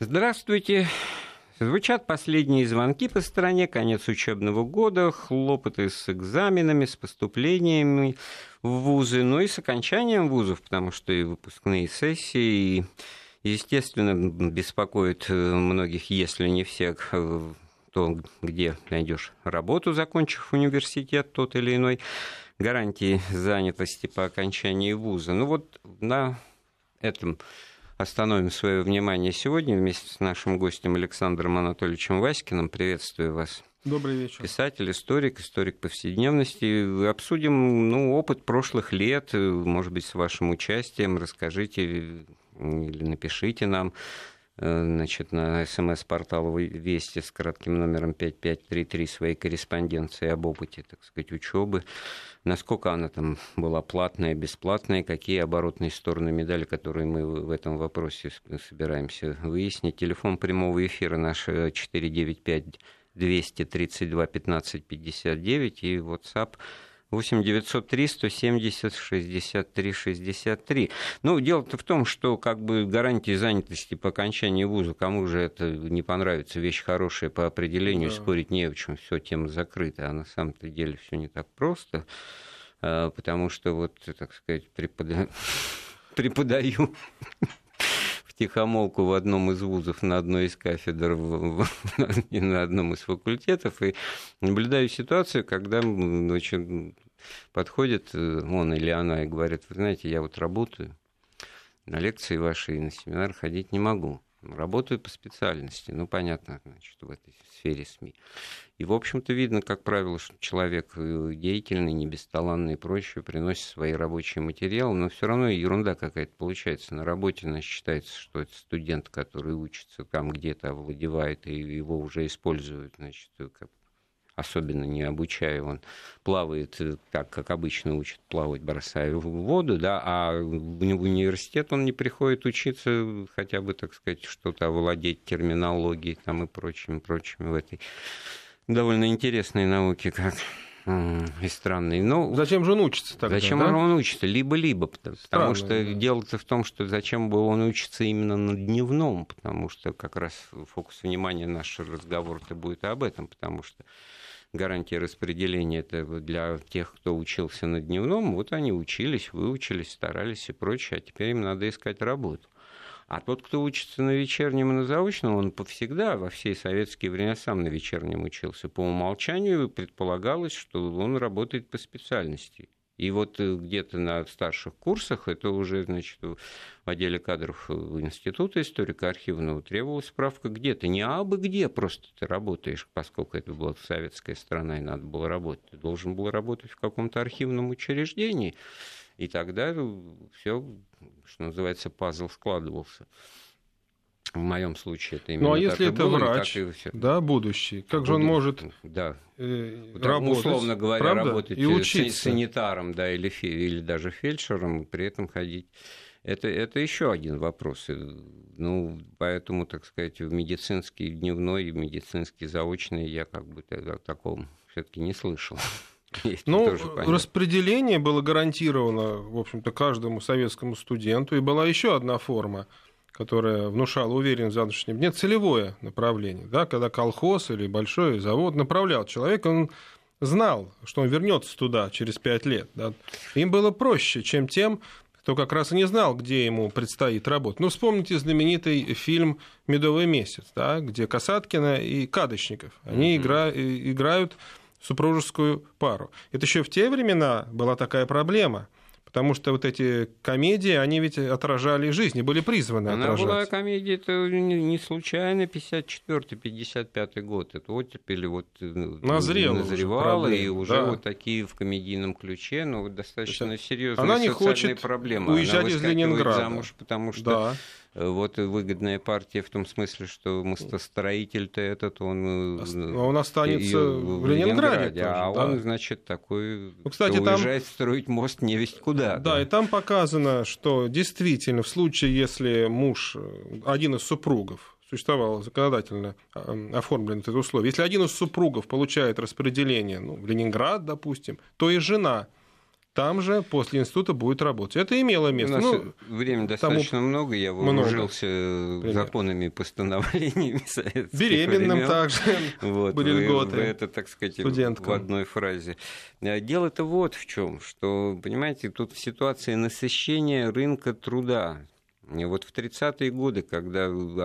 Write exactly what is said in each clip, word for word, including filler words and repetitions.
Здравствуйте. Звучат последние звонки по стране, конец учебного года, хлопоты с экзаменами, с поступлениями в вузы, ну и с окончанием вузов, потому что и выпускные сессии, и, естественно, беспокоит многих, если не всех, то, где найдешь работу, закончив университет тот или иной, гарантии занятости по окончании вуза. Ну вот на этом остановим свое внимание сегодня вместе с нашим гостем Александром Анатольевичем Васькиным. Приветствую вас. Добрый вечер. Писатель, историк, историк повседневности. Обсудим ну, опыт прошлых лет, может быть, с вашим участием. Расскажите или напишите нам, значит, на смс-портал Вести с кратким номером пять пять три три своей корреспонденции об опыте, так сказать, учебы. Насколько она там была платная, бесплатная, какие оборотные стороны медали, которые мы в этом вопросе собираемся выяснить. Телефон прямого эфира наш четыре девять пять двести тридцать два пятнадцать пятьдесят девять и WhatsApp восемь девятьсот три сто семьдесят шестьдесят три шестьдесят три. Ну, дело-то в том, что как бы гарантии занятости по окончании вуза, кому же это не понравится, вещь хорошая по определению, да. Спорить не о чем, все, тема закрыта, а на самом-то деле все не так просто, потому что вот, так сказать, препода... преподаю втихомолку в одном из вузов, на одной из кафедр и на одном из факультетов, и наблюдаю ситуацию, когда очень подходит он или она и говорит: вы знаете, я вот работаю, на лекции ваши и на семинар ходить не могу, работаю по специальности, ну, понятно, значит, в этой сфере СМИ. И, в общем-то, видно, как правило, что человек деятельный, не бесталанный и прочее, приносит свои рабочие материалы, но все равно ерунда какая-то получается. На работе, значит, считается, что это студент, который учится там где-то, овладевает, и его уже используют, значит, как... особенно не обучая, он плавает так, как обычно учат плавать, бросая в воду, да, а в университет он не приходит учиться, хотя бы, так сказать, что-то овладеть терминологией там и прочим, прочим в этой довольно интересной науке, как и странной. Но зачем же он учится тогда? Зачем да? он учится? Либо-либо, потому, потому что да. Дело-то в том, что зачем бы он учится именно на дневном, потому что как раз фокус внимания нашего разговора-то будет об этом, потому что гарантия распределения это для тех, кто учился на дневном, вот они учились, выучились, старались и прочее, а теперь им надо искать работу. А тот, кто учится на вечернем и на заочном, он повсегда, во все советские времена сам на вечернем учился. По умолчанию предполагалось, что он работает по специальности. И вот где-то на старших курсах, это уже, значит, в отделе кадров Института историко-архивного требовалась справка, где ты, не абы где просто ты работаешь, поскольку это была советская страна и надо было работать. Ты должен был работать в каком-то архивном учреждении, и тогда все, что называется, пазл складывался. В моем случае это именно ну, а так если и это было, врач, и все. Да, будущий, как Буду... же он может да. э, работать, условно говоря, правда? работать и учиться. санитаром, да, или, или даже фельдшером, при этом ходить? Это, это еще один вопрос. Ну, поэтому, так сказать, в медицинский дневной и медицинский заочный я как бы о таком все-таки не слышал. Ну, распределение было гарантировано, в общем-то, каждому советскому студенту, и была еще одна форма, которая внушала уверенность в завтрашнем дне, целевое направление. Да, когда колхоз или большой завод направлял человека, он знал, что он вернется туда через пять лет. Да. Им было проще, чем тем, кто как раз и не знал, где ему предстоит работать. Ну, вспомните знаменитый фильм «Медовый месяц», да, где Касаткина и Кадочников, они mm-hmm. игра, играют супружескую пару. Это еще в те времена была такая проблема, потому что вот эти комедии, они ведь отражали жизнь, и были призваны Она отражать. Она была комедия, это не случайно, пятьдесят четвёртый — пятьдесят пятый год. Это оттепель вот назрела, назревала, уже и уже да. вот такие в комедийном ключе, но вот достаточно серьезные она не социальные хочет проблемы. уезжать Она из Ленинграда. Замуж, потому что да. вот выгодная партия в том смысле, что мостостроитель-то этот, он... Он останется в Ленинграде, Ленинграде тоже, а да. он, значит, такой, ну, кстати, уезжает там... строить мост невесть куда. Да, да, и там показано, что действительно в случае, если муж, один из супругов, существовало законодательно оформлено это условие, если один из супругов получает распределение ну, в Ленинград, допустим, то и жена там же после института будет работать. Это имело место. У нас ну, времени достаточно тому... много, я вооружился много. законами и постановлениями советских Беременным времен. Также вот, были вы, льготы. Вы это, так сказать, студенткам. В одной фразе. Дело-то вот в чем, что, понимаете, тут в ситуации насыщения рынка труда. И вот в тридцатые годы, когда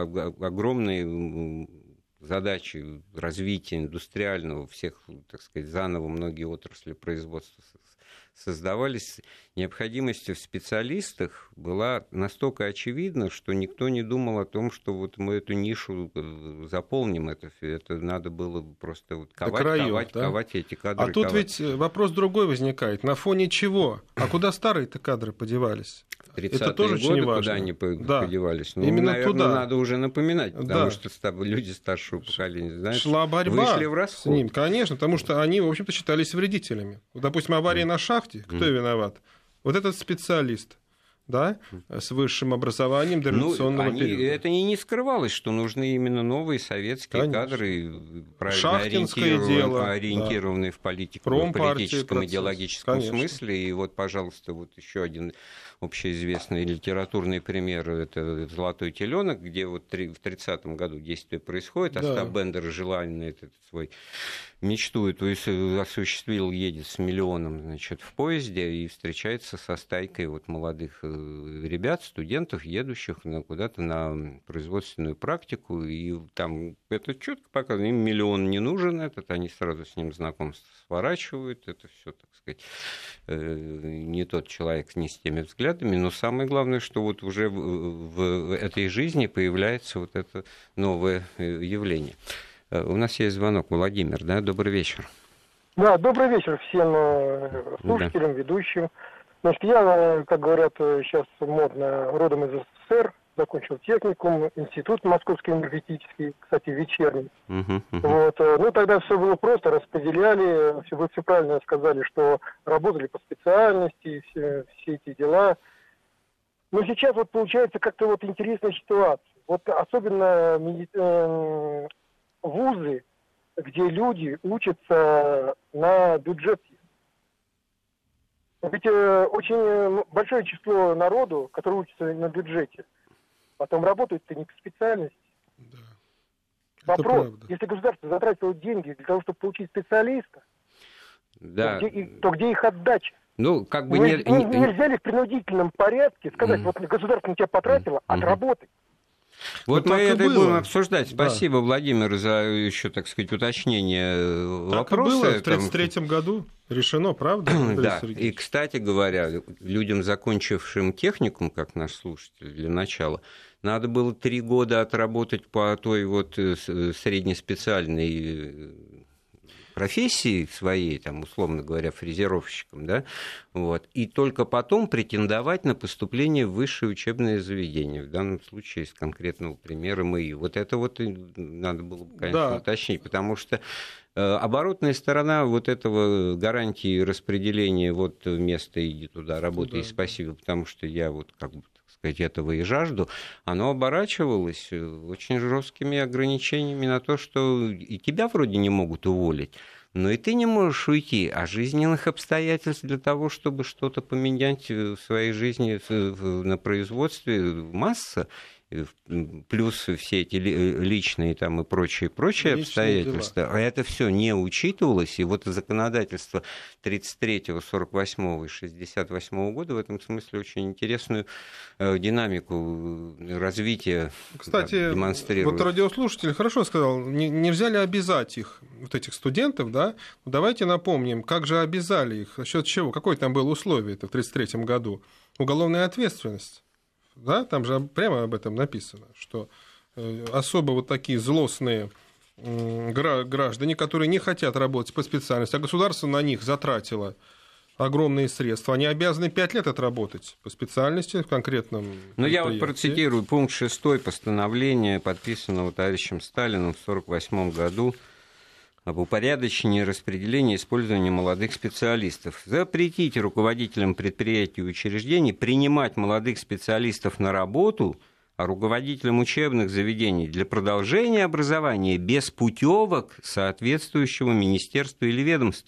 огромные задачи развития индустриального, всех, так сказать, заново многие отрасли производства создавались, необходимость в специалистах была настолько очевидна, что никто не думал о том, что вот мы эту нишу заполним. Это, это надо было просто вот ковать, краев, ковать, да? ковать эти кадры. А тут ковать. Ведь вопрос другой возникает. На фоне чего? А куда старые-то кадры подевались? Это тоже годы, очень важно. Куда они да. подевались? Ну, именно наверное, туда. Надо уже напоминать, потому да. что люди старшего поколения, знаешь, шла борьба вышли в расход. С ним, конечно, потому что они, в общем-то, считались вредителями. Допустим, авария mm. на шахте, кто mm. виноват? Вот этот специалист, да, с высшим образованием дореволюционного ну, они, периода. Это и не скрывалось, что нужны именно новые советские конечно. кадры, правильно ориентированные, дело, ориентированные да. в, политику, в политическом, процесс. идеологическом конечно. смысле. И вот, пожалуйста, вот еще один общеизвестный литературный пример — это «Золотой теленок», где вот в тридцатом году действие происходит, да. Остап Бендер желательно этот свой мечту эту осуществил, едет с миллионом, значит, в поезде и встречается со стайкой вот молодых ребят, студентов, едущих куда-то на производственную практику, и там это четко показано, им миллион не нужен этот, они сразу с ним знакомство сворачивают, это все, так сказать, не тот человек, не с теми взглядами, но самое главное, что вот уже в этой жизни появляется вот это новое явление. У нас есть звонок. Владимир, да? Добрый вечер. Да, добрый вечер всем слушателям, да. ведущим. Значит, я, как говорят сейчас модно, родом из СССР, закончил техникум, институт Московский энергетический, кстати, вечерний. Uh-huh, uh-huh. Вот, ну, тогда все было просто, распределяли, вы все правильно сказали, что работали по специальности, все, все эти дела. Но сейчас вот получается как-то вот интересная ситуация. Вот особенно меди... вузы, где люди учатся на бюджете. Ведь э, очень большое число народу, которые учатся на бюджете, потом работают-то не по специальности. Да. Вопрос, если государство затратило деньги для того, чтобы получить специалиста, да. то, где, то где их отдача? Ну, как бы не, не, не, нельзя ли в принудительном порядке сказать, mm. вот государство на тебя потратило, mm-hmm. отработай. Вот ну, мы это и будем обсуждать. Спасибо, да. Владимир, за еще, так сказать, уточнение так вопроса. Так и было в тридцать третьем году. Решено, правда? Да. И, кстати говоря, людям, закончившим техникум, как наш слушатель, для начала, надо было три года отработать по той вот среднеспециальной профессии своей, там, условно говоря, фрезеровщиком, да, вот, и только потом претендовать на поступление в высшее учебное заведение. В данном случае из конкретного примера МАИ. Вот это вот надо было бы, конечно, да. уточнить, потому что оборотная сторона вот этого гарантии распределения вот места иди туда, работай, да. спасибо, потому что я вот как бы сказать, этого и жажду, оно оборачивалось очень жесткими ограничениями на то, что и тебя вроде не могут уволить, но и ты не можешь уйти, а жизненных обстоятельств для того, чтобы что-то поменять в своей жизни на производстве, масса, плюс все эти личные там и прочие, прочие обстоятельства, дела. А это все не учитывалось, и вот законодательство тридцать третьего, сорок восьмого и шестьдесят восьмого года в этом смысле очень интересную динамику развития Кстати, демонстрирует. Вот радиослушатель хорошо сказал, нельзя ли обязать их, вот этих студентов, да? Давайте напомним, как же обязали их, за счет чего, какое там было условие в тридцать третьем году? Уголовная ответственность. Да, там же прямо об этом написано, что особо вот такие злостные граждане, которые не хотят работать по специальности, а государство на них затратило огромные средства, они обязаны пять лет отработать по специальности в конкретном Ну, я вот процитирую пункт шестой постановления, подписанного товарищем Сталиным в сорок восьмом году, об упорядочении распределения и использования молодых специалистов. Запретить руководителям предприятий и учреждений принимать молодых специалистов на работу, а руководителям учебных заведений для продолжения образования без путевок соответствующего министерства или ведомства.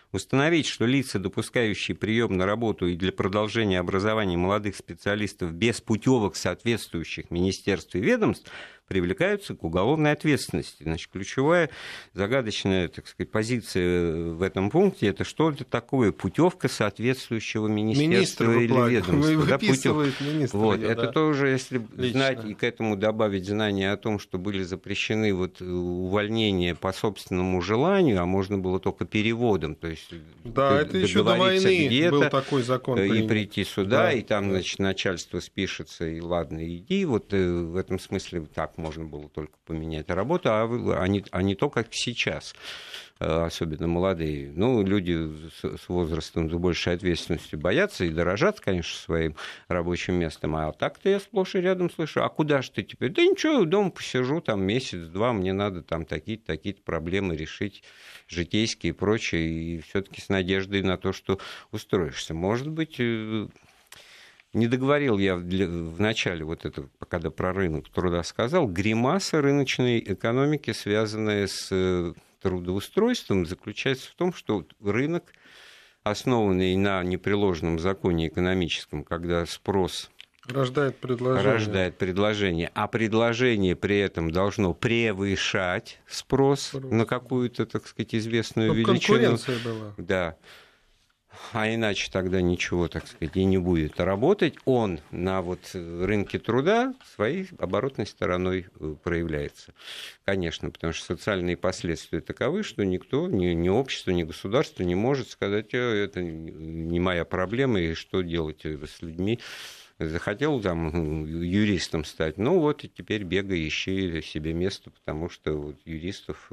Установить, что лица, допускающие прием на работу и для продолжения образования молодых специалистов без путевок соответствующих министерств и ведомств, привлекаются к уголовной ответственности. Значит, ключевая загадочная, так сказать, позиция в этом пункте – это что это такое путевка соответствующего министерства Министр или ведомства. Да, выписывает министр. Вот. Ее, это да. тоже, если Лично. Знать и к этому добавить знания о том, что были запрещены вот увольнения по собственному желанию, а можно было только переводом. То есть да, это еще до войны был такой закон и принят. Прийти сюда, да, и там, да. значит, начальство спишется, и ладно, иди. Вот в этом смысле так можно было только поменять работу, а, вы, а, не, а не то, как сейчас, особенно молодые. Ну, люди с, с возрастом, с большей ответственностью боятся и дорожат, конечно, своим рабочим местом. А так-то я сплошь и рядом слышу, а куда же ты теперь? Да ничего, дома посижу там месяц-два, мне надо там такие-то, такие-то проблемы решить, житейские и прочее, и все-таки с надеждой на то, что устроишься. Может быть... Не договорил я в начале, вот это, когда про рынок труда сказал, гримаса рыночной экономики, связанная с трудоустройством, заключается в том, что рынок, основанный на непреложном законе экономическом, когда спрос рождает предложение. рождает предложение, а предложение при этом должно превышать спрос, спрос. на какую-то, так сказать, известную Чтобы величину. Конкуренция была. Да. А иначе тогда ничего, так сказать, и не будет работать. Он на вот рынке труда своей оборотной стороной проявляется. Конечно, потому что социальные последствия таковы, что никто, ни, ни общество, ни государство не может сказать, это не моя проблема, и что делать с людьми. Захотел там юристом стать, ну вот и теперь бегай, ищи себе место, потому что вот юристов...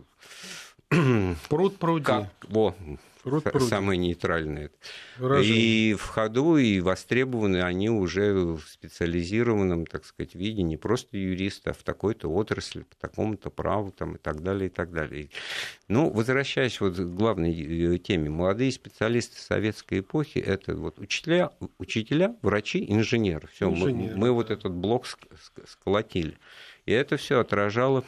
Пруд пруди. Как, во, Пруд пруди. Самое нейтральное. Выражение. И в ходу, и востребованы они уже в специализированном, так сказать, виде, не просто юриста, а в такой-то отрасли, по такому-то праву там, и так далее, и так далее. Ну, возвращаясь вот к главной теме, молодые специалисты советской эпохи, это вот учителя, учителя врачи, инженеры. Все, Инженер, мы, мы да. вот этот блок сколотили. И это все отражало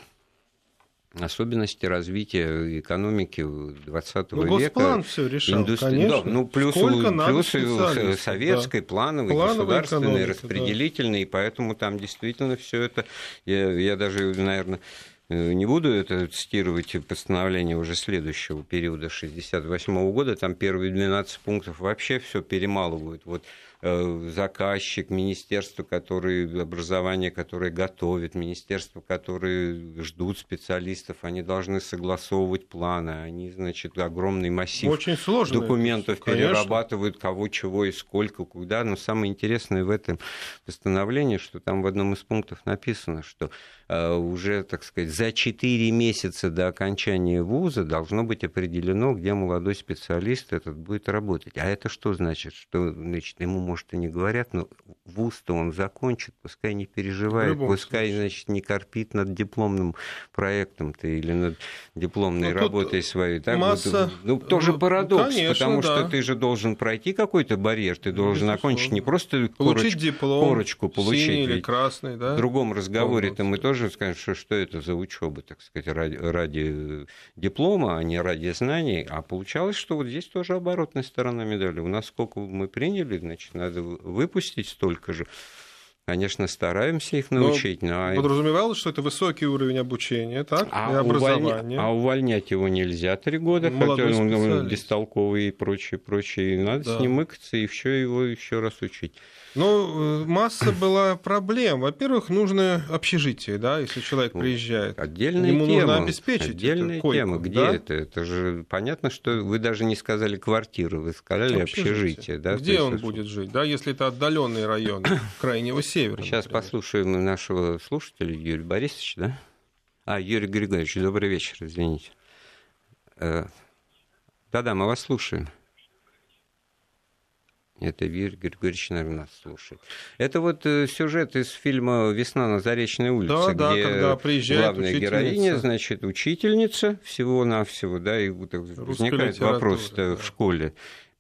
особенности развития экономики двадцатого ну, века. Госплан все решал, Индустри... конечно. Да, ну, плюс, плюс советской, да. плановой, плановой государственной, распределительной, да. И поэтому там действительно все это... Я, я даже, наверное, не буду это цитировать постановление уже следующего периода, шестьдесят восьмого года, там первые двенадцать пунктов вообще все перемалывают. Вот заказчик, министерство, которые, образование, которое готовит, министерство, которые ждут специалистов, они должны согласовывать планы, они, значит, огромный массив Очень сложно документов это, перерабатывают, кого, чего и сколько, куда. Но самое интересное в этом постановлении, что там в одном из пунктов написано, что uh, уже, так сказать, за четыре месяца до окончания вуза должно быть определено, где молодой специалист этот будет работать. А это что значит? Что, значит, ему может, и не говорят, но вуз-то он закончит, пускай не переживает, пускай, случае. значит, не корпит над дипломным проектом-то или над дипломной ну, работой своей. Так? Масса... Вот, ну, тоже парадокс, Конечно, потому да. что ты же должен пройти какой-то барьер, ты должен Безусловно. окончить не просто получить корочку, диплом, корочку получить. Синий или красный, да? В другом разговоре-то мы тоже скажем, что, что это за учеба, так сказать, ради, ради диплома, а не ради знаний. А получалось, что вот здесь тоже оборотная сторона медали. У нас сколько мы приняли, значит, надо выпустить столько же. Конечно, стараемся их научить. Но... Но подразумевалось, что это высокий уровень обучения, так, а и образования. Увольня... А увольнять его нельзя три года, Молодой хотя он бестолковый и прочее, прочее. Надо да. с ним мыкаться и все его еще раз учить. Ну, масса была проблем. Во-первых, нужно общежитие, да, если человек приезжает. Отдельная Ему тема. нужно обеспечить Отдельная койку, тема. Где да? это? Это же понятно, что вы даже не сказали квартиру, вы сказали общежитие. общежитие да? Где он будет жить, да, если это отдаленный район крайнего севера? Сейчас например. послушаем нашего слушателя Юрия Борисовича, да? А, Юрий Григорьевич, добрый вечер, извините. Да-да, мы вас слушаем. Это Юрий Григорьевич, наверное, нас слушает. Это вот сюжет из фильма «Весна на Заречной улице», да, где да, главная героиня, значит, учительница всего-навсего, да, и возникает вопрос да. в школе.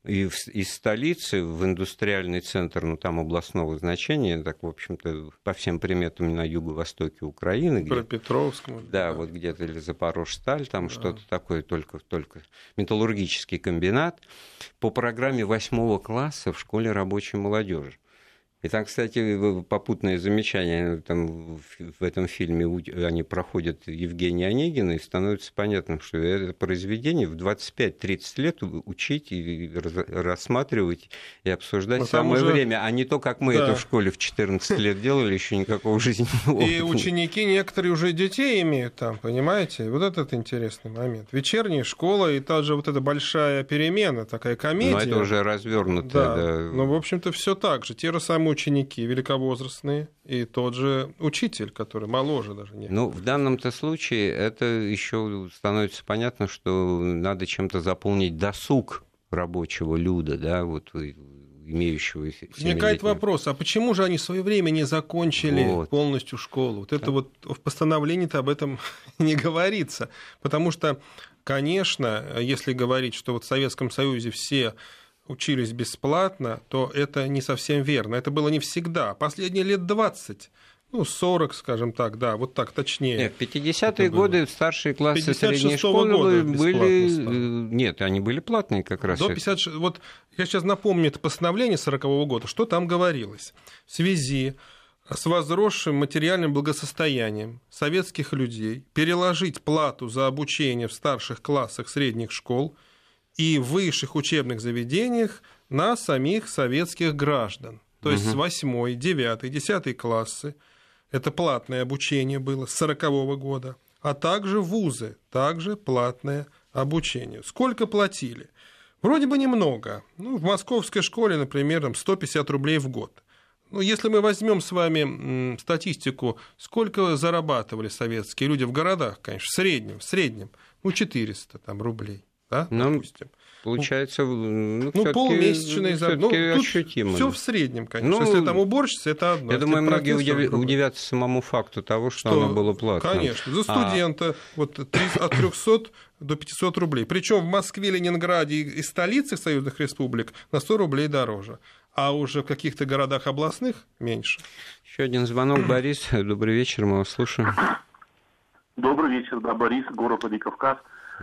и в, из столицы в индустриальный центр, ну, там областного значения, так, в общем-то, по всем приметам на юго-востоке Украины. Про Петровск. Да, да, вот где-то или Запорожсталь, там да. что-то такое, только, только металлургический комбинат, по программе восьмого класса в школе рабочей молодежи. И там, кстати, попутное замечание, там в этом фильме они проходят Евгения Онегина, и становится понятным, что это произведение в двадцать пять тридцать лет учить и рассматривать и обсуждать в самое уже... время, а не то, как мы да. это в школе в четырнадцать лет делали, еще никакого жизненного опыта. И ученики некоторые уже детей имеют там, понимаете? Вот этот интересный момент. Вечерняя школа и та же вот эта большая перемена, такая комедия. Но это уже развернуто. Да. да. Ну, в общем-то, все так же. Те же самые ученики великовозрастные и тот же учитель, который моложе даже. Некоторые. Ну, в данном-то случае это еще становится понятно, что надо чем-то заполнить досуг рабочего люда, да, вот имеющего... Возникает вопрос, а почему же они в свое время не закончили вот. полностью школу? Вот это да. вот в постановлении-то об этом не говорится. Потому что, конечно, если говорить, что вот в Советском Союзе все учились бесплатно, то это не совсем верно. Это было не всегда. Последние лет двадцать, ну, сорок, скажем так, да, вот так точнее. Нет, в пятидесятые годы старшие классы средней школы были... Нет, они были платные как раз. До пятьдесят шестого... Вот я сейчас напомню это постановление сорокового года, что там говорилось. В связи с возросшим материальным благосостоянием советских людей переложить плату за обучение в старших классах средних школ и в высших учебных заведениях на самих советских граждан. То есть угу. с восьмой, девятой, десятой классы, это платное обучение было с сорокового года, а также вузы, также платное обучение. Сколько платили? Вроде бы немного. Ну, в московской школе, например, там сто пятьдесят рублей в год. Ну, если мы возьмем с вами статистику, сколько зарабатывали советские люди в городах, конечно, в среднем, в среднем, ну, четыреста там, рублей. Да, ну, допустим. Получается, ну, ну полумесячные зарплаты. Ну, ощутимо. Все в среднем, конечно. Ну, если там уборщица, это одно. Я думаю, многие удив... удивятся самому факту того, что, что оно было платно. Конечно. За студента а... вот, от трехсот до пятисот рублей. Причем в Москве, Ленинграде и столицах союзных республик на сто рублей дороже. А уже в каких-то городах областных меньше. Еще один звонок. Борис, добрый вечер, мы вас слушаем. Добрый вечер, да, Борис, город Владикавказ.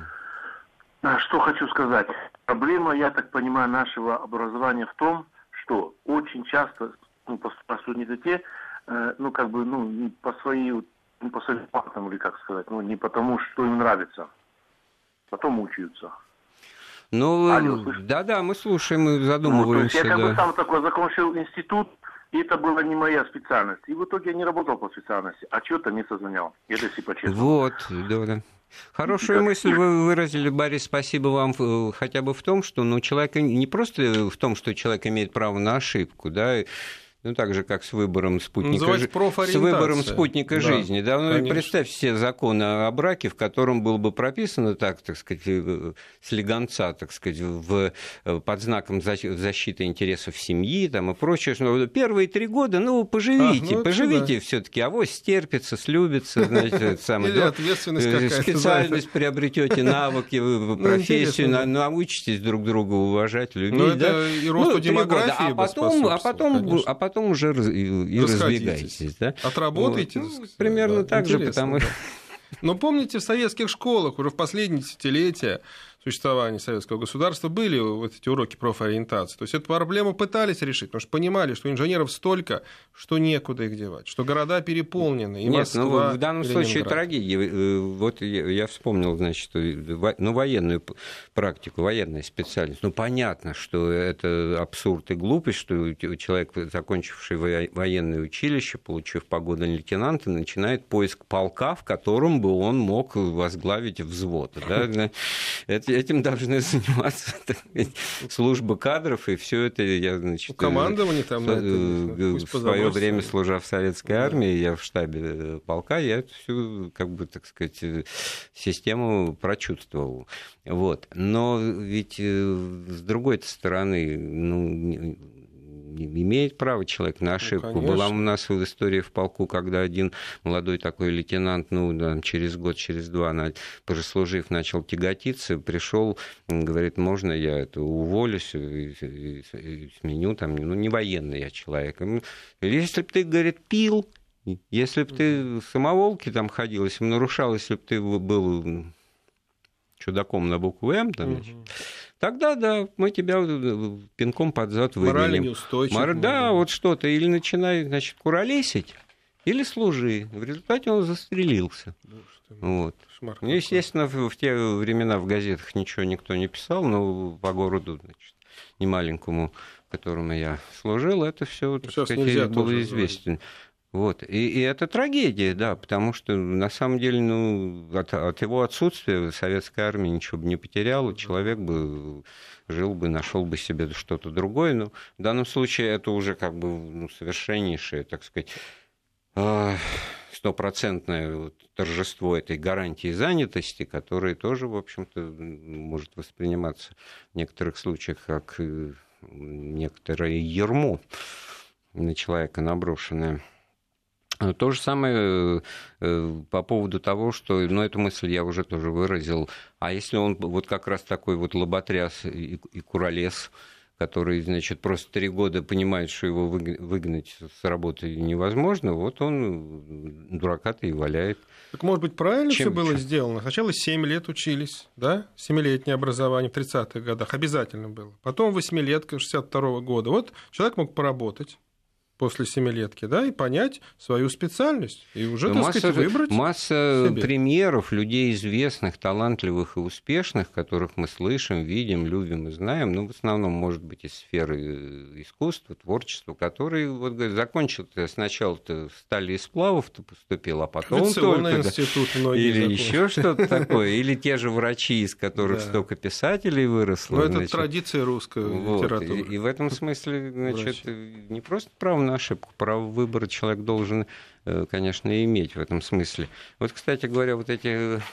Что хочу сказать. Проблема, я так понимаю, нашего образования в том, что очень часто, ну, поступают не те, э, ну, как бы, ну, по своей, ну, по своим фактам, или как сказать, ну, не потому, что им нравится. Потом мучаются. Ну, да-да, мы слушаем и задумываемся. Ну, я как да. бы сам такой закончил институт, и это была не моя специальность. И в итоге я не работал по специальности, а что-то место занял. Это если по-честному. Вот, да-да. Хорошую мысль вы выразили, Борис, спасибо вам хотя бы в том, что ну, человек не просто в том, что человек имеет право на ошибку, да, ну, так же, как с выбором спутника, жи... с выбором спутника да, жизни. Да? Ну, представь себе законы о браке, в котором было бы прописано так, так сказать, слегонца, так сказать, в... под знаком защиты интересов семьи там, и прочее. Что первые три года, ну, поживите, а, ну, поживите да. все-таки, авось стерпится, слюбится, значит, самое, да, специальность приобретете, навыки, профессию, научитесь друг друга уважать, любить. Ну, да? Это и росту ну, демографии а потом, а потом, а потом потом уже и, и разбегаетесь. Да? Отработаете. Вот. Ну, примерно да, так же, потому что... Но помните, в советских школах уже в последние десятилетия существования советского государства были вот эти уроки профориентации. То есть эту проблему пытались решить, потому что понимали, что инженеров столько, что некуда их девать, что города переполнены, и Нет, Москва, ну, в данном случае трагедия. Вот я, я вспомнил, значит, ну, военную практику, военная специальность. Ну, понятно, что это абсурд и глупость, что человек, закончивший военное училище, получив погону лейтенанта, начинает поиск полка, в котором бы он мог возглавить взвод. Да? Это Этим должны заниматься так сказать, служба кадров, и все это я, значит, командование там в свое время, служа в советской да. армии, я в штабе полка, я эту всю, как бы, так сказать, систему прочувствовал. Вот. Но ведь с другой стороны, ну, имеет право человек на ошибку. Ну, была у нас история в полку, когда один молодой такой лейтенант, ну, да, через год, через два, прослужив, начал тяготиться, пришел, говорит, можно я это уволюсь, и, и, и сменю, там, ну, не военный я человек. Если бы ты, говорит, пил, если бы ты в самоволке там ходил, если бы нарушал, если бы ты был чудаком на букву «М», там, значит, угу. тогда, да, мы тебя пинком под зад выгоним. Морально неустойчив. Мор... Да, вот что-то. Или начинай, значит, куролесить, или служи. В результате он застрелился. Вот. Ну, естественно, в, в те времена в газетах ничего никто не писал, но по городу, значит, немаленькому, которому я служил, это все, так сказать, было известно. Вот. И, и это трагедия, да, потому что на самом деле, ну, от, от его отсутствия советская армия ничего бы не потеряла, человек бы жил бы, нашел бы себе что-то другое. Но в данном случае это уже как бы, ну, совершеннейшее, так сказать, стопроцентное вот торжество этой гарантии занятости, которая тоже, в общем-то, может восприниматься в некоторых случаях как некоторое ярмо на человека наброшенное. То же самое по поводу того, что, ну, эту мысль я уже тоже выразил, а если он вот как раз такой вот лоботряс и, и куролес, который, значит, просто три года понимает, что его выгнать с работы невозможно, вот он дурака-то и валяет. Так, может быть, правильно все было чем? сделано? Сначала семь лет учились, да? Семилетнее образование в тридцатых годах обязательно было. Потом восьмилетка шестьдесят второго года. Вот человек мог поработать после семилетки, да, и понять свою специальность, и уже, так масса, сказать, выбрать масса себе. примеров людей известных, талантливых и успешных, которых мы слышим, видим, любим и знаем, ну, в основном, может быть, из сферы искусства, творчества, которые, вот, говорят, закончил сначала-то стали из сплавов ты поступил, а потом только... институт да, или еще что-то такое, или те же врачи, из которых да. столько писателей выросло. Ну, это значит, традиция русской вот, литературы. И, и в этом смысле, значит, не просто право на ошибку, право выбора человек должен, конечно, иметь в этом смысле. Вот, кстати говоря, вот эти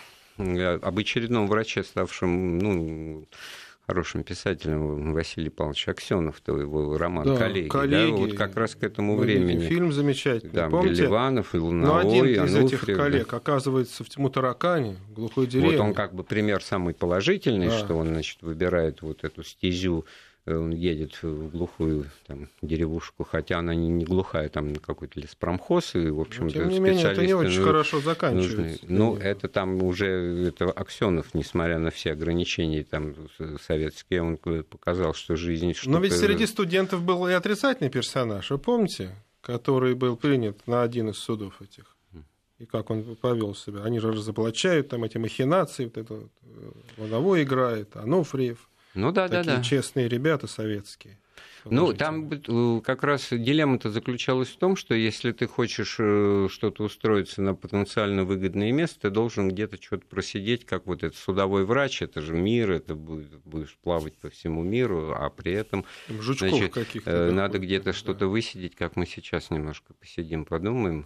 об очередном враче, ставшем, ну, хорошим писателем, Василий Павлович Аксёнов, то его роман да, «Коллеги», коллеги, да, вот как раз к этому времени. Фильм замечательный. Да, Беливанов, Илуновой, ну, один из Ануфриев, этих коллег да. оказывается в Тьму-Таракане, в глухой деревне. Вот он как бы пример самый положительный, да. что он, значит, выбирает вот эту стезю. Он едет в глухую там, деревушку, хотя она не, не глухая, там какой-то леспромхоз, и, в общем-то, тем не менее, это не очень ну, хорошо заканчивается. Ну, это там уже это Аксёнов, несмотря на все ограничения там, советские, он показал, что жизнь... Но ведь среди студентов был и отрицательный персонаж, вы помните, который был принят на один из судов этих? И как он повел себя. Они же разоблачают там эти махинации, вот это Луновой играет, Ануфриев. Ну да, Такие да, да. честные ребята советские. Ну, там как раз дилемма-то заключалась в том, что если ты хочешь что-то устроиться на потенциально выгодное место, ты должен где-то что-то просидеть, как вот этот судовой врач, это же мир, это будешь плавать по всему миру, а при этом значит, надо где-то да. что-то высидеть, как мы сейчас немножко посидим, подумаем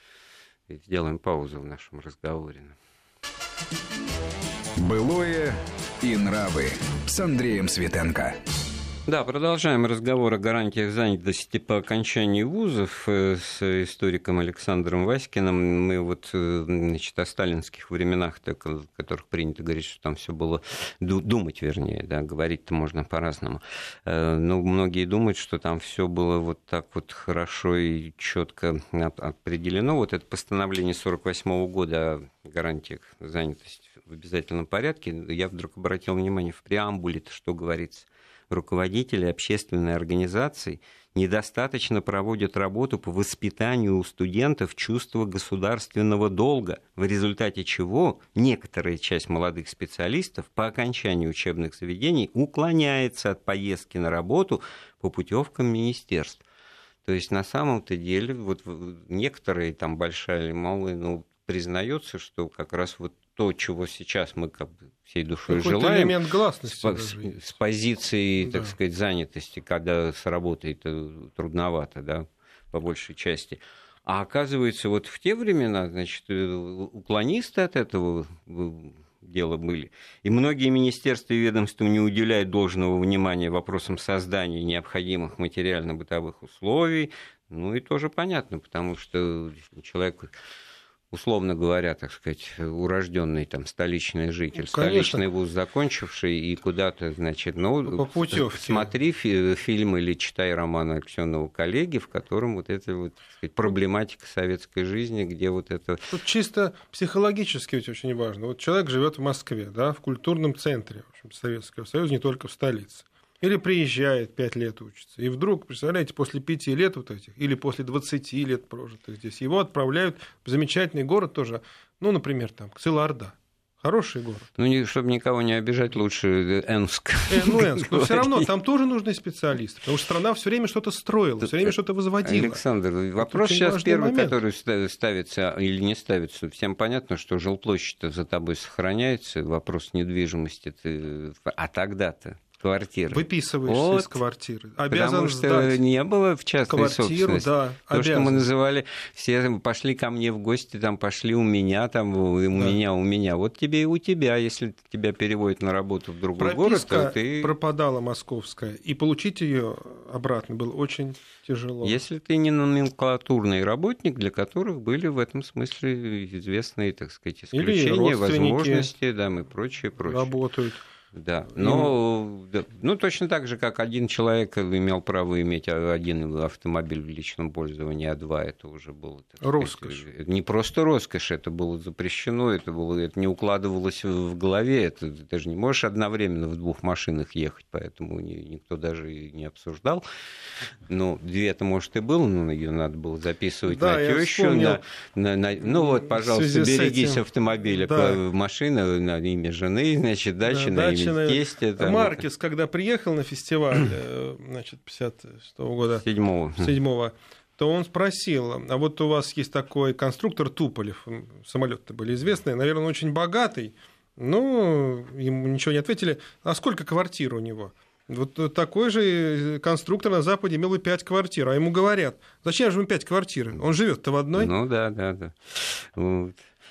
и сделаем паузу в нашем разговоре. Былое и нравы с Андреем Светенко. Да, продолжаем разговор о гарантиях занятости по окончании вузов с историком Александром Васькиным. Мы вот, значит, о сталинских временах, о которых принято говорить, что там все было думать, вернее, да, говорить-то можно по-разному. Но многие думают, что там все было вот так вот хорошо и четко определено. Вот это постановление сорок восьмого года о гарантиях занятости в обязательном порядке. Я вдруг обратил внимание, в преамбуле-то что говорится? Руководители общественной организации недостаточно проводят работу по воспитанию у студентов чувства государственного долга, в результате чего некоторая часть молодых специалистов по окончании учебных заведений уклоняется от поездки на работу по путевкам министерств. То есть на самом-то деле вот некоторые, там большая или малая, ну, признается, что как раз вот то, чего сейчас мы как бы всей душой какой-то желаем, элемент гласности с, с позиции, да. так сказать, занятости, когда с работой это трудновато, да, по большей части. А оказывается, вот в те времена, значит, уклонисты от этого дела были. И многие министерства и ведомства не уделяют должного внимания вопросам создания необходимых материально-бытовых условий. Ну и тоже понятно, потому что человек, условно говоря, так сказать, урожденный там столичный житель, ну, столичный вуз закончивший и куда-то, значит, ну, по путевке. Смотри фильм или читай роман Аксёнова «Коллеги», в котором вот эта вот, так сказать, проблематика советской жизни, где вот это... Тут чисто психологически ведь очень важно. Вот человек живет в Москве, да, в культурном центре, в общем, Советского Союза, не только в столице. Или приезжает, пять лет учится. И вдруг, представляете, после пяти лет вот этих, или после двадцати лет прожитых здесь, его отправляют в замечательный город тоже, ну, например, там, Ксылорда. Хороший город. Ну, чтобы никого не обижать, лучше Энск. Э, ну, Энск. Но все равно там тоже нужны специалисты, потому что страна все время что-то строила, все время что-то возводила. Александр, вопрос сейчас первый, момент. который ставится или не ставится. Всем понятно, что жилплощадь за тобой сохраняется, вопрос недвижимости. А тогда-то? Квартиры. Выписываешься вот, из квартиры. Обязан потому что сдать не было в частной квартиру, собственности. Да, То, обязан. что мы называли, все пошли ко мне в гости, там пошли у меня, там у да. меня, у меня. Вот тебе и у тебя, если тебя переводят на работу в другой Прописка город, то ты... пропадала московская, и получить ее обратно было очень тяжело. Если ты не номенклатурный работник, для которых были в этом смысле известные, так сказать, исключения, возможности, да, и прочее, прочее. Работают. Да, но ну, точно так же, как один человек имел право иметь один автомобиль в личном пользовании, а два это уже было... Роскошь. Сказать, не просто роскошь, это было запрещено, это, было, это не укладывалось в голове, это, ты же не можешь одновременно в двух машинах ехать, поэтому никто даже и не обсуждал. Ну, две-то, может, и было, но ее надо было записывать да, на тещу. На, на, на, ну вот, пожалуйста, берегись автомобиля, да. машина на имя жены, значит, дача да, на имя Тесте, там, Маркес, это... когда приехал на фестиваль, значит, пятьдесят шестого года, седьмого. седьмого, то он спросил, а вот у вас есть такой конструктор Туполев, самолеты были известные, наверное, он очень богатый, но ему ничего не ответили, а сколько квартир у него? Вот такой же конструктор на Западе имел и пять квартир, а ему говорят, зачем же ему пять квартир? Он живет-то в одной. Ну да, да, да. Вот.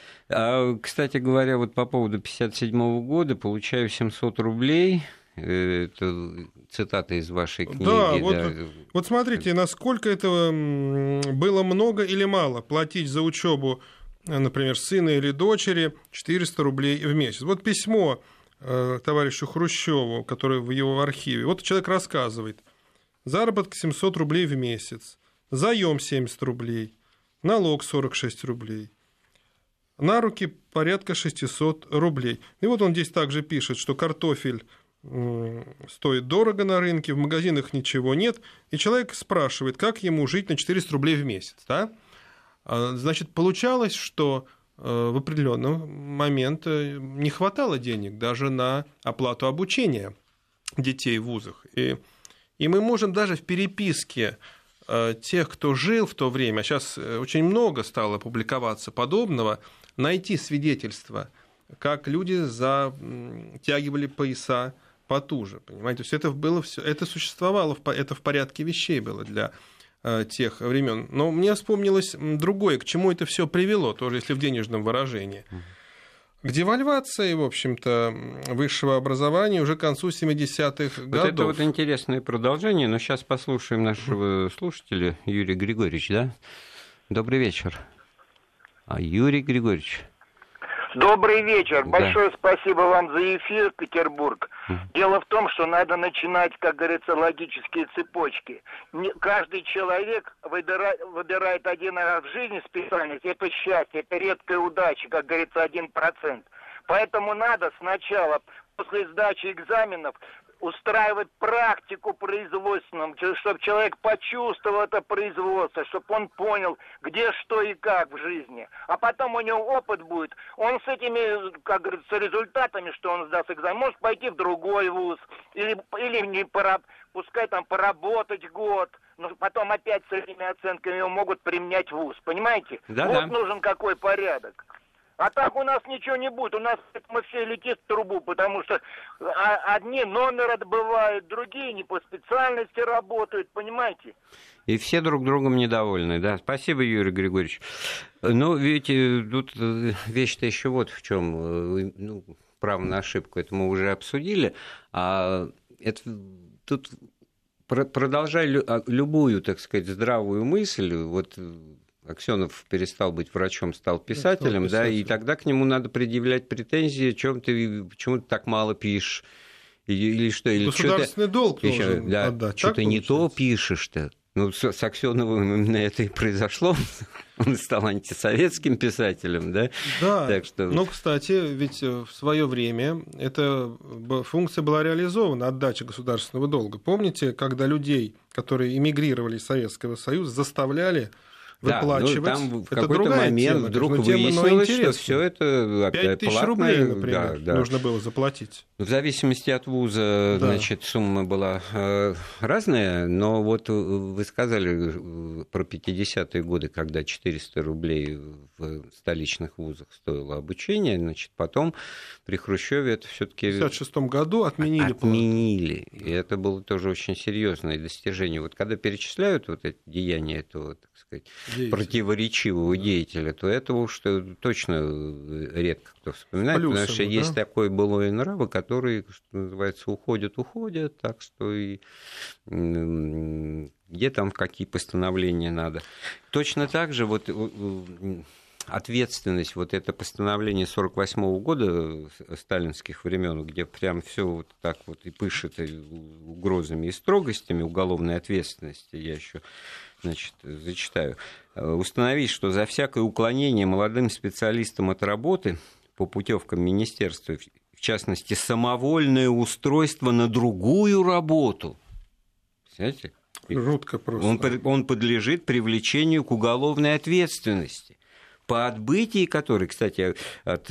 А, кстати говоря, вот по поводу пятьдесят седьмого года получаю семьсот рублей. Это цитата из вашей книги. Да, вот, да. вот смотрите, насколько этого было много или мало платить за учебу, например, сына или дочери четыреста рублей в месяц. Вот письмо товарищу Хрущеву, которое в его архиве. Вот человек рассказывает. Заработок семьсот рублей в месяц, заем семьдесят рублей, налог сорок шесть рублей. На руки порядка шестьсот рублей. И вот он здесь также пишет, что картофель стоит дорого на рынке, в магазинах ничего нет. И человек спрашивает, как ему жить на четыреста рублей в месяц. Да? Значит, получалось, что в определенный момент не хватало денег даже на оплату обучения детей в вузах. И, и мы можем даже в переписке тех, кто жил в то время, а сейчас очень много стало публиковаться подобного, найти свидетельства, как люди затягивали пояса потуже. Понимаете? То есть это было все, это существовало, это в порядке вещей было для тех времен. Но мне вспомнилось другое, к чему это все привело, тоже если в денежном выражении. К девальвации, в общем-то, высшего образования уже к концу семидесятых вот годов. Это вот интересное продолжение, но сейчас послушаем нашего слушателя Юрия Григорьевича, да? Добрый вечер. А Юрий Григорьевич. Добрый вечер. Да. Большое спасибо вам за эфир, Петербург. Mm. Дело в том, что надо начинать, как говорится, логические цепочки. Не, каждый человек выбирает, выбирает один раз в жизни специальность. Это счастье, это редкая удача, как говорится, один процент. Поэтому надо сначала, после сдачи экзаменов, устраивать практику производственную, чтобы человек почувствовал это производство, чтобы он понял, где что и как в жизни. А потом у него опыт будет. Он с этими, как говорится, результатами, что он сдаст экзамен, может пойти в другой вуз, или, или не пора, пускай там поработать год, но потом опять с этими оценками его могут применять в вуз. Понимаете? Да, вот да. Нужен какой порядок. А так у нас ничего не будет. У нас мы все летим в трубу, потому что одни номер отбывают, другие не по специальности работают, понимаете? И все друг другом недовольны, да. Спасибо, Юрий Григорьевич. Ну, ведь тут вещь-то еще вот в чем. Ну, право на ошибку, это мы уже обсудили, а это тут продолжая любую, так сказать, здравую мысль, вот Аксенов перестал быть врачом, стал писателем, стал да, и тогда к нему надо предъявлять претензии, чем ты, почему ты так мало пишешь, или что, или государственный что долг должен да, отдать. Что ты не то пишешь-то. Ну, с Аксеновым именно это и произошло. Он стал антисоветским писателем, да? Да, так что... но, кстати, ведь в свое время эта функция была реализована, отдача государственного долга. Помните, когда людей, которые эмигрировали из Советского Союза, заставляли выплачивать. Да, ну, там в это какой-то момент тема, вдруг выяснилось, что все это пять тысяч рублей, например, да, да. нужно было заплатить. В зависимости от вуза, да. значит, сумма была э, разная, но вот вы сказали про пятидесятые годы, когда четыреста рублей в столичных вузах стоило обучение, значит, потом при Хрущеве это все-таки... В пятьдесят шестом году отменили. Отменили, и это было тоже очень серьезное достижение. Вот когда перечисляют вот эти деяния этого, так сказать, деятель. противоречивого да. деятеля, то этого уж точно редко кто вспоминает, Плюсом, потому что да? есть такой былой нравы, который, что называется, уходят, уходят, так что и где там какие постановления надо. Точно так же вот ответственность, вот это постановление сорок восьмого года сталинских времен, где прям все вот так вот и пышет угрозами и строгостями уголовной ответственности, я еще, значит, зачитаю. Установить, что за всякое уклонение молодым специалистам от работы по путевкам министерства, в частности, самовольное устройство на другую работу, знаете, жутко просто. Он, он подлежит привлечению к уголовной ответственности. По отбытии которой, кстати, от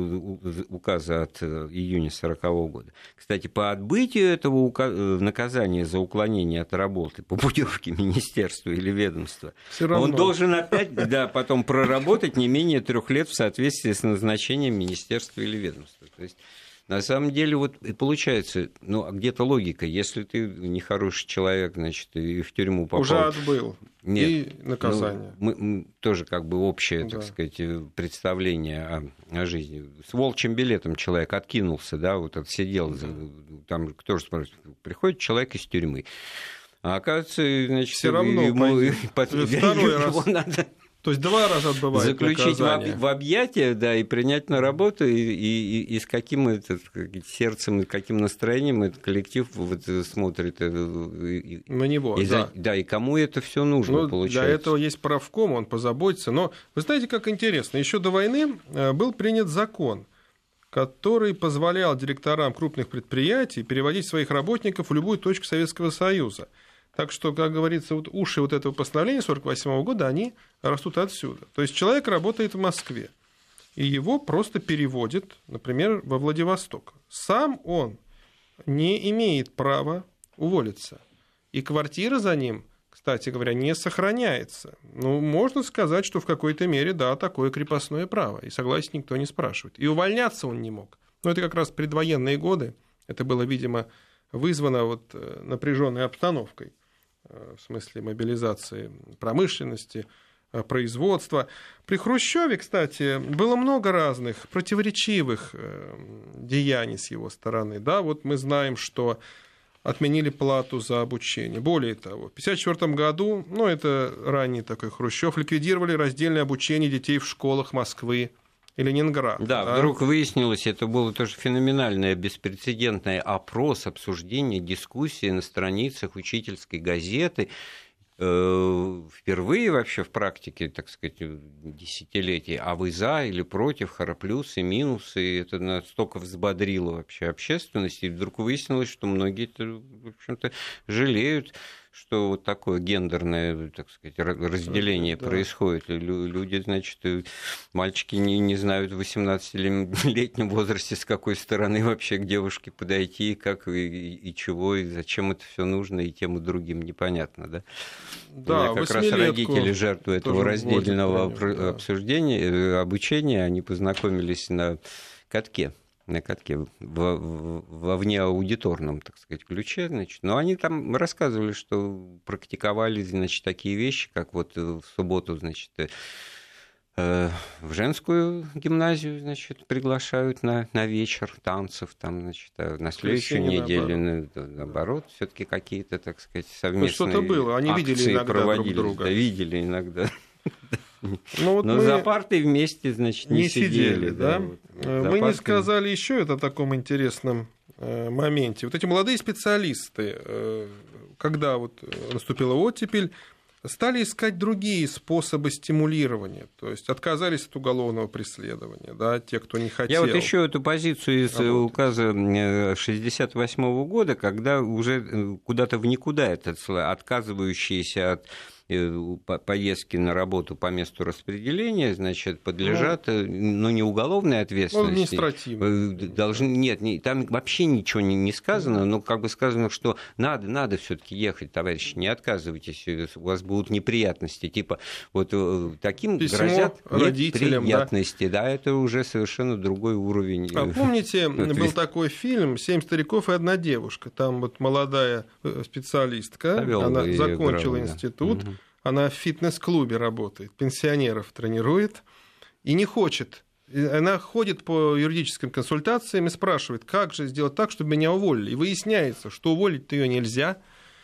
указа от июня сорокового года, кстати, по отбытию этого наказания за уклонение от работы по путевке министерства или ведомства, он должен опять да, потом проработать не менее трех лет в соответствии с назначением министерства или ведомства. То есть, на самом деле, вот и получается, ну, где-то логика. Если ты нехороший человек, значит, и в тюрьму попал... Уже отбыл. Нет, и наказание. Ну, мы, мы тоже как бы общее, так да. сказать, представление о, о жизни. С волчьим билетом человек откинулся, да, вот отсидел. Да. Там кто же спрашивает, приходит человек из тюрьмы. А оказывается, значит, все равно ему под... второй раз. Надо... То есть два раза отбывает заключить наказание. в, в объятия, да, и принять на работу, и, и, и с каким это, сердцем, и каким настроением этот коллектив вот, смотрит на него, и, да. да, и кому это все нужно, ну, получается. Для этого есть правком, он позаботится. Но вы знаете, как интересно, еще до войны был принят закон, который позволял директорам крупных предприятий переводить своих работников в любую точку Советского Союза. Так что, как говорится, вот уши вот этого постановления сорок восьмого года, они растут отсюда. То есть человек работает в Москве, и его просто переводят, например, во Владивосток. Сам он не имеет права уволиться. И квартира за ним, кстати говоря, не сохраняется. Ну, можно сказать, что в какой-то мере, да, такое крепостное право. И согласия никто не спрашивает. И увольняться он не мог. Но это как раз предвоенные годы. Это было, видимо, вызвано вот напряженной обстановкой. В смысле мобилизации промышленности, производства. При Хрущеве, кстати, было много разных противоречивых деяний с его стороны. Да, вот мы знаем, что отменили плату за обучение. Более того, в тысяча девятьсот пятьдесят четвёртом году, ну, это ранний такой Хрущев, ликвидировали раздельное обучение детей в школах Москвы и Ленинграда. Да, да, вдруг выяснилось, это было тоже феноменальное, беспрецедентный опрос, обсуждение, дискуссии на страницах учительской газеты. Впервые вообще в практике, так сказать, десятилетий, а вы за или против, хороплюсы, минусы, это настолько взбодрило вообще общественность, и вдруг выяснилось, что многие, в общем-то, жалеют, что вот такое гендерное, так сказать, разделение да. происходит. Люди, значит, мальчики не, не знают в восемнадцатилетнем возрасте, с какой стороны вообще к девушке подойти, как и, и чего, и зачем это все нужно, и тем и другим непонятно, да? Да, как раз родители жертвы этого раздельного вводит, обсуждения, да. обучения, они познакомились на катке. на катке во, во внеаудиторном, так сказать, ключе, значит. Но они там рассказывали, что практиковали, значит, такие вещи, как вот в субботу, значит, В женскую гимназию, значит, приглашают на, на вечер танцев, там, значит, на следующую неделю, наоборот, наоборот все-таки какие-то, так сказать, совместные что-то было, они видели иногда друг друга. Да, видели иногда. Ну, вот Но за партой вместе, значит, не, не сидели, сидели, да? да? Вот, мы партой... не сказали еще это о таком интересном моменте. Вот эти молодые специалисты, когда вот наступила оттепель, стали искать другие способы стимулирования, то есть отказались от уголовного преследования, да, те, кто не хотел. Я вот еще эту позицию из работать. Указа шестьдесят восьмого года, когда уже куда-то в никуда этот отказывающиеся от поездки на работу по месту распределения, значит, подлежат, ну, ну не уголовной ответственности. Административной. Должны, нет, не, там вообще ничего не, не сказано, но как бы сказано, что надо, надо все-таки ехать, товарищи, не отказывайтесь, у вас будут неприятности. Типа вот таким письмо грозят неприятности. Да? да, это уже совершенно другой уровень. А помните, был такой фильм «Семь стариков и одна девушка». Там вот молодая специалистка, Савелова она закончила играла, институт, да. Она в фитнес-клубе работает, пенсионеров тренирует и не хочет. Она ходит по юридическим консультациям и спрашивает, как же сделать так, чтобы меня уволили. И выясняется, что уволить-то ее нельзя,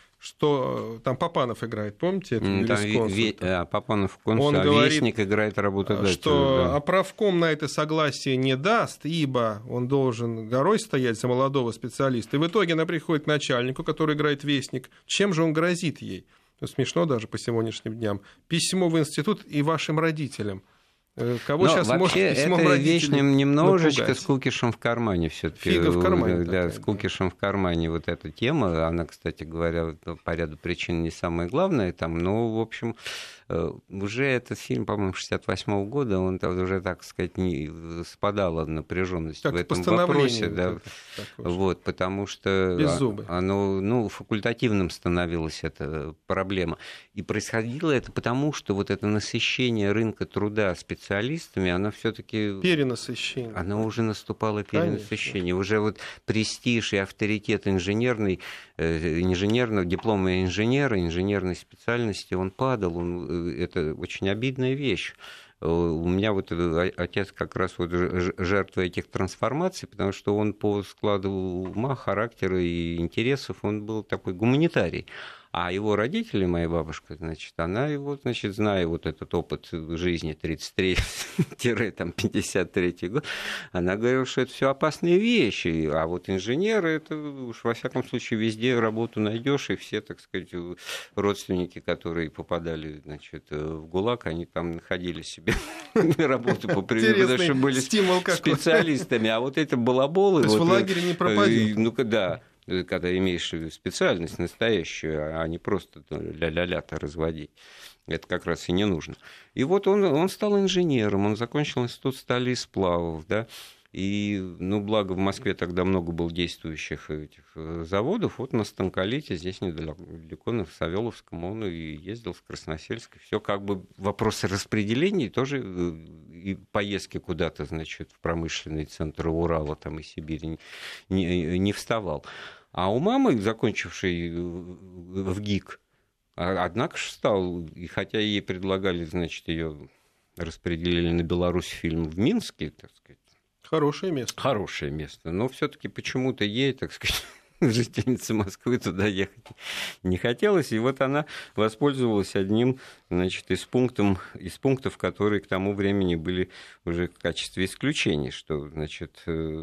что там Папанов играет, помните? Это ве- а, Папанов консул, а говорит, Вестник играет работодатель. Что да. А правком на это согласие не даст, ибо он должен горой стоять за молодого специалиста. И в итоге она приходит к начальнику, который играет Вестник. Чем же он грозит ей? Ну, смешно даже по сегодняшним дням. Письмо в институт и вашим родителям. Кого Но сейчас может письмом это вещь немножечко напугать? С кукишем в кармане все-таки. Фига в кармане. Да, такая, с кукишем да. в кармане вот эта тема. Она, кстати говоря, по ряду причин не самая главная там. Но, в общем, уже этот фильм, по-моему, шестьдесят восьмого года, он уже, так сказать, не спадала напряженность как в этом вопросе. Вот да, это, вот, потому что оно ну, факультативным становилась эта проблема. И происходило это потому, что вот это насыщение рынка труда специалистами, оно все-таки... Перенасыщение. Оно уже наступало перенасыщение. Конечно. Уже вот престиж и авторитет инженерной, инженерного, диплома инженера, инженерной специальности, он падал, он это очень обидная вещь. У меня вот отец как раз вот жертва этих трансформаций, потому что он по складу ума, характера и интересов, он был такой гуманитарий. А его родители, моя бабушка, значит, она его, значит, зная вот этот опыт жизни тридцать третий-пятьдесят третий год, она говорила, что это все опасные вещи, а вот инженеры, это уж во всяком случае везде работу найдешь, и все, так сказать, родственники, которые попадали, значит, в ГУЛАГ, они там находили себе работу по природе, потому что были специалистами, а вот это балаболы... То есть в лагере не пропадет. Ну-ка, да. Когда имеешь специальность настоящую, а не просто ля-ля-ля-то разводить. Это как раз и не нужно. И вот он, он стал инженером, он закончил институт стали и сплавов, да, и, ну, благо в Москве тогда много было действующих этих заводов, вот на Станколите, здесь недалеко, на Савеловском, он и ездил в Красносельск, все как бы вопросы распределений тоже, и поездки куда-то, значит, в промышленный центр Урала там, и Сибири не, не вставал. А у мамы, закончившей в ГИК, однако же стал, и хотя ей предлагали, значит, ее распределили на Беларусьфильм в Минске, так сказать. Хорошее место. Хорошее место, но все-таки почему-то ей, так сказать, жительница Москвы туда ехать не хотелось, и вот она воспользовалась одним, значит, из, пунктов, из пунктов, которые к тому времени были уже в качестве исключений, что, значит,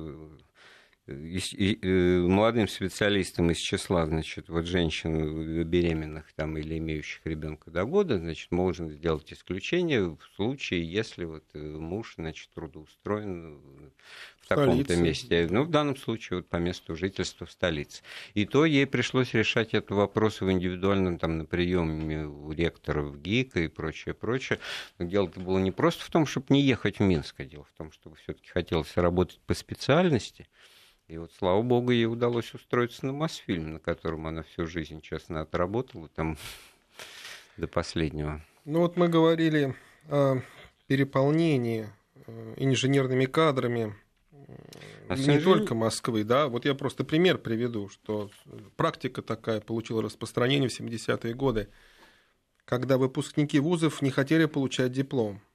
И, и, и молодым специалистам из числа, значит, вот женщин беременных там, или имеющих ребенка до года, значит, можно сделать исключение в случае, если вот муж, значит, трудоустроен в таком-то месте. Ну, в данном случае вот по месту жительства в столице. И то ей пришлось решать этот вопрос в индивидуальном там, на приеме у ректоров ГИКа и прочее, прочее. Но дело-то было не просто в том, чтобы не ехать в Минск, а дело в том, чтобы все-таки хотелось работать по специальности. И вот, слава богу, ей удалось устроиться на Мосфильм, на котором она всю жизнь, честно, отработала там до последнего. Ну вот мы говорили о переполнении инженерными кадрами а не сожалению... только Москвы, да. Вот я просто пример приведу, что практика такая получила распространение в семидесятые годы, когда выпускники вузов не хотели получать диплом.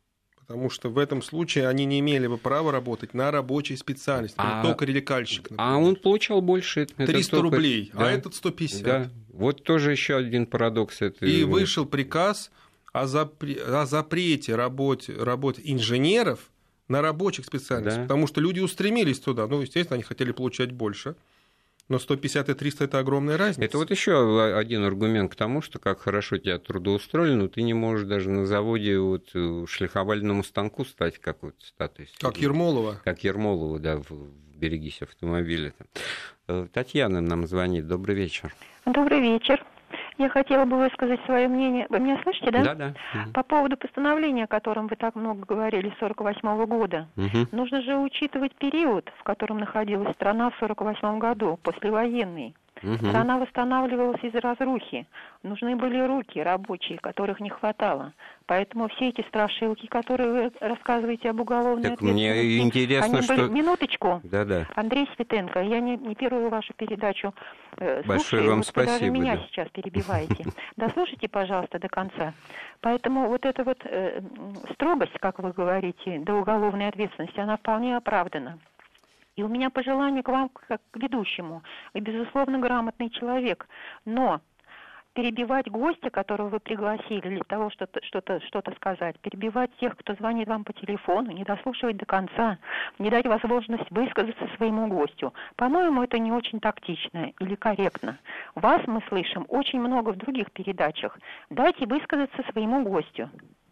потому что в этом случае они не имели бы права работать на рабочей специальности, а, токарь или кальщик. Например. А он получал больше. триста это рублей, да. а этот сто пятьдесят. Да. Вот тоже еще один парадокс. Это... И вышел приказ о, запре... о запрете работе, работе инженеров на рабочих специальностях, да. потому что люди устремились туда. Ну, естественно, они хотели получать больше. Но сто пятьдесят и триста – это огромная разница. Это вот еще один аргумент к тому, что как хорошо тебя трудоустроили, но ты не можешь даже на заводе вот шлифовальному станку стать какой-то статус. Как Ермолова. Как Ермолова, да, в «Берегись автомобиля». Татьяна нам звонит. Добрый вечер. Добрый вечер. Я хотела бы высказать свое мнение. Вы меня слышите, да? Да, да. По поводу постановления, о котором вы так много говорили, сорок восьмого года. Угу. Нужно же учитывать период, в котором находилась страна в сорок восьмом году, послевоенный. Угу. Страна восстанавливалась из разрухи. Нужны были руки рабочие, которых не хватало. Поэтому все эти страшилки, которые вы рассказываете об уголовной так ответственности... Мне интересно, они что... были... Минуточку. Да-да. Андрей Светенко, я не, не первую вашу передачу э, Большое слушаю. вам вот спасибо. Вы даже меня да. сейчас перебиваете. Дослушайте, пожалуйста, до конца. Поэтому вот эта вот э, строгость, как вы говорите, до уголовной ответственности, она вполне оправдана. И у меня пожелание к вам, как к ведущему. Вы, безусловно, грамотный человек, но перебивать гостя, которого вы пригласили для того, чтобы что-то, что-то сказать, перебивать тех, кто звонит вам по телефону, не дослушивать до конца, не дать возможность высказаться своему гостю. По-моему, это не очень тактично или корректно. Вас мы слышим очень много в других передачах. Дайте высказаться своему гостю.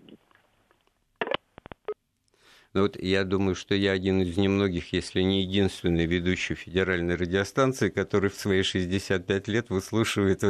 Ну вот я думаю, что я один из немногих, если не единственный ведущий федеральной радиостанции, который в свои шестьдесят пять лет выслушивает...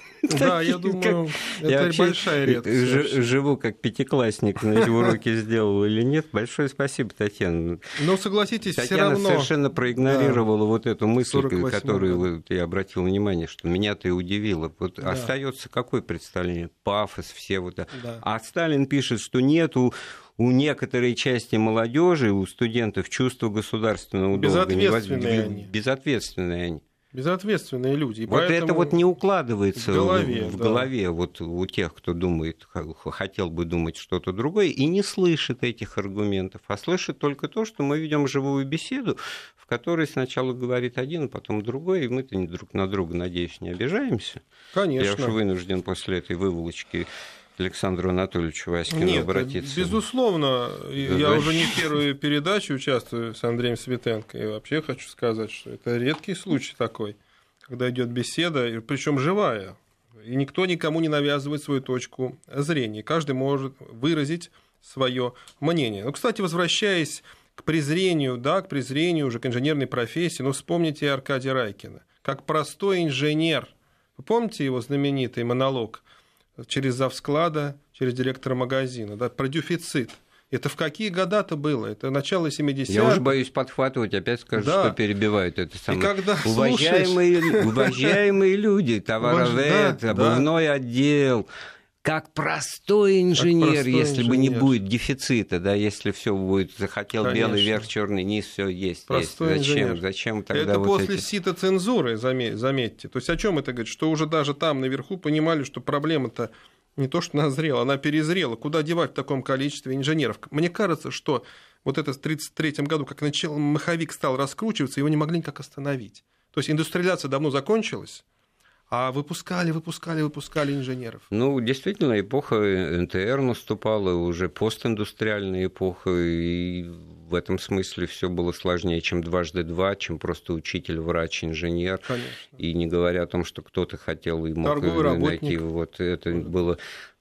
Да, я думаю, это большая редкость. Живу как пятиклассник, уроки сделал или нет. Большое спасибо, Татьяна. Но согласитесь, все равно... Татьяна совершенно проигнорировала вот эту мысль, которую я обратил внимание, что меня-то и удивило. Вот остается какое представление? Пафос, все вот... А Сталин пишет, что нету у некоторой части молодежи, у студентов чувство государственного долга. Безответственные они. Безответственные они. Безответственные люди. И вот это вот не укладывается в голове, в, в да. голове вот у тех, кто думает, хотел бы думать что-то другое, и не слышит этих аргументов, а слышит только то, что мы ведем живую беседу, в которой сначала говорит один, а потом другой, и мы-то друг на друга, надеюсь, не обижаемся. Конечно. Я уж вынужден после этой выволочки Александру Анатольевичу Васькину Нет, обратиться. Безусловно, я уже не первую передачу участвую с Андреем Светенко, и вообще хочу сказать, что это редкий случай такой, когда идет беседа, причем живая, и никто никому не навязывает свою точку зрения, каждый может выразить свое мнение. Ну, кстати, возвращаясь к презрению, да, к презрению уже к инженерной профессии, ну, вспомните Аркадия Райкина, как простой инженер. Вы помните его знаменитый монолог через завсклада, через директора магазина, да, про дефицит. Это в какие года-то было? Это начало семидесятых. Я уже боюсь подхватывать, опять скажу, да. что перебивают. Это самое. И когда уважаемые, слушаешь... уважаемые люди, товаровед, да, обувной да. отдел, как простой инженер, как простой если инженер. бы не будет дефицита, да, если все будет, захотел Конечно. белый верх, черный низ, все есть. Простой есть. Зачем? Инженер. Зачем тогда это вот после эти... сита цензуры, заметьте. То есть о чем это говорит? Что уже даже там наверху понимали, что проблема-то не то, что назрела, она перезрела. Куда девать в таком количестве инженеров? Мне кажется, что вот это в тридцать третьем году, как начал, маховик стал раскручиваться, его не могли никак остановить. То есть индустриализация давно закончилась, а выпускали, выпускали, выпускали инженеров. Ну, действительно, эпоха эн тэ эр наступала, уже постиндустриальная эпоха, и в этом смысле все было сложнее, чем дважды два, чем просто учитель, врач, инженер. Конечно. И не говоря о том, что кто-то хотел и мог Торговый найти. работник. Вот это mm-hmm. было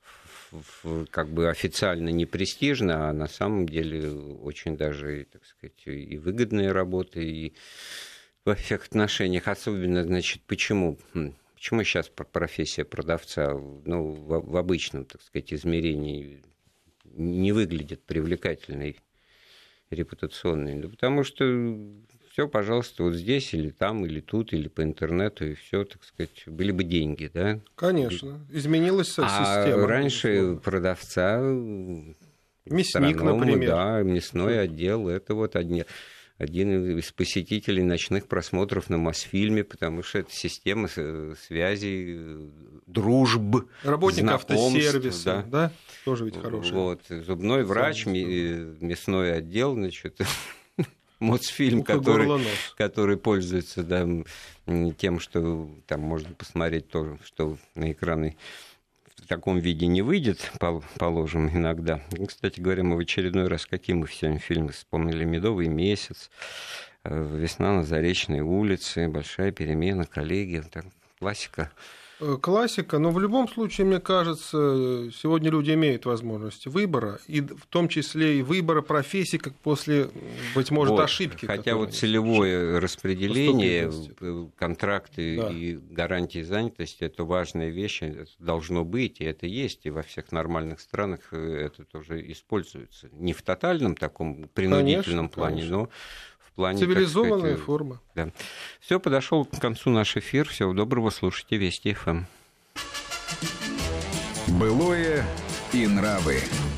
как бы официально не престижно, а на самом деле очень даже, так сказать, и выгодные работы, и во всех отношениях. Особенно, значит, почему... Почему сейчас профессия продавца ну, в, в обычном, так сказать, измерении не выглядит привлекательной, репутационной? Да потому что все, пожалуйста, вот здесь или там, или тут, или по интернету, и все, так сказать, были бы деньги, да? Конечно, изменилась система. А раньше безусловно. продавца... Мясник, например. Да, мясной отдел, это вот одни... один из посетителей ночных просмотров на Мосфильме, потому что это система связей, дружб, работник автосервиса, да? да? Тоже ведь хороший. Вот, зубной врач, мясной отдел, значит, Мосфильм, который, который пользуется, да, тем, что там можно посмотреть то, что на экраны в таком виде не выйдет, положим, иногда. Кстати говоря, мы в очередной раз какие мы все фильмы вспомнили: «Медовый месяц», «Весна на Заречной улице», «Большая перемена», «Коллеги», так, классика. Классика, но в любом случае, мне кажется, сегодня люди имеют возможность выбора, и в том числе и выбора профессии, как после, быть может, вот, ошибки. Хотя вот целевое распределение, контракты, да, и гарантии занятости — это важная вещь, это должно быть, и это есть, и во всех нормальных странах это тоже используется. Не в тотальном таком принудительном, конечно, плане, конечно, но в плане, цивилизованная сказать, форма. Да. Все, подошел к концу наш эфир. Всего доброго, слушайте Вести эф эм. Былое и нравы.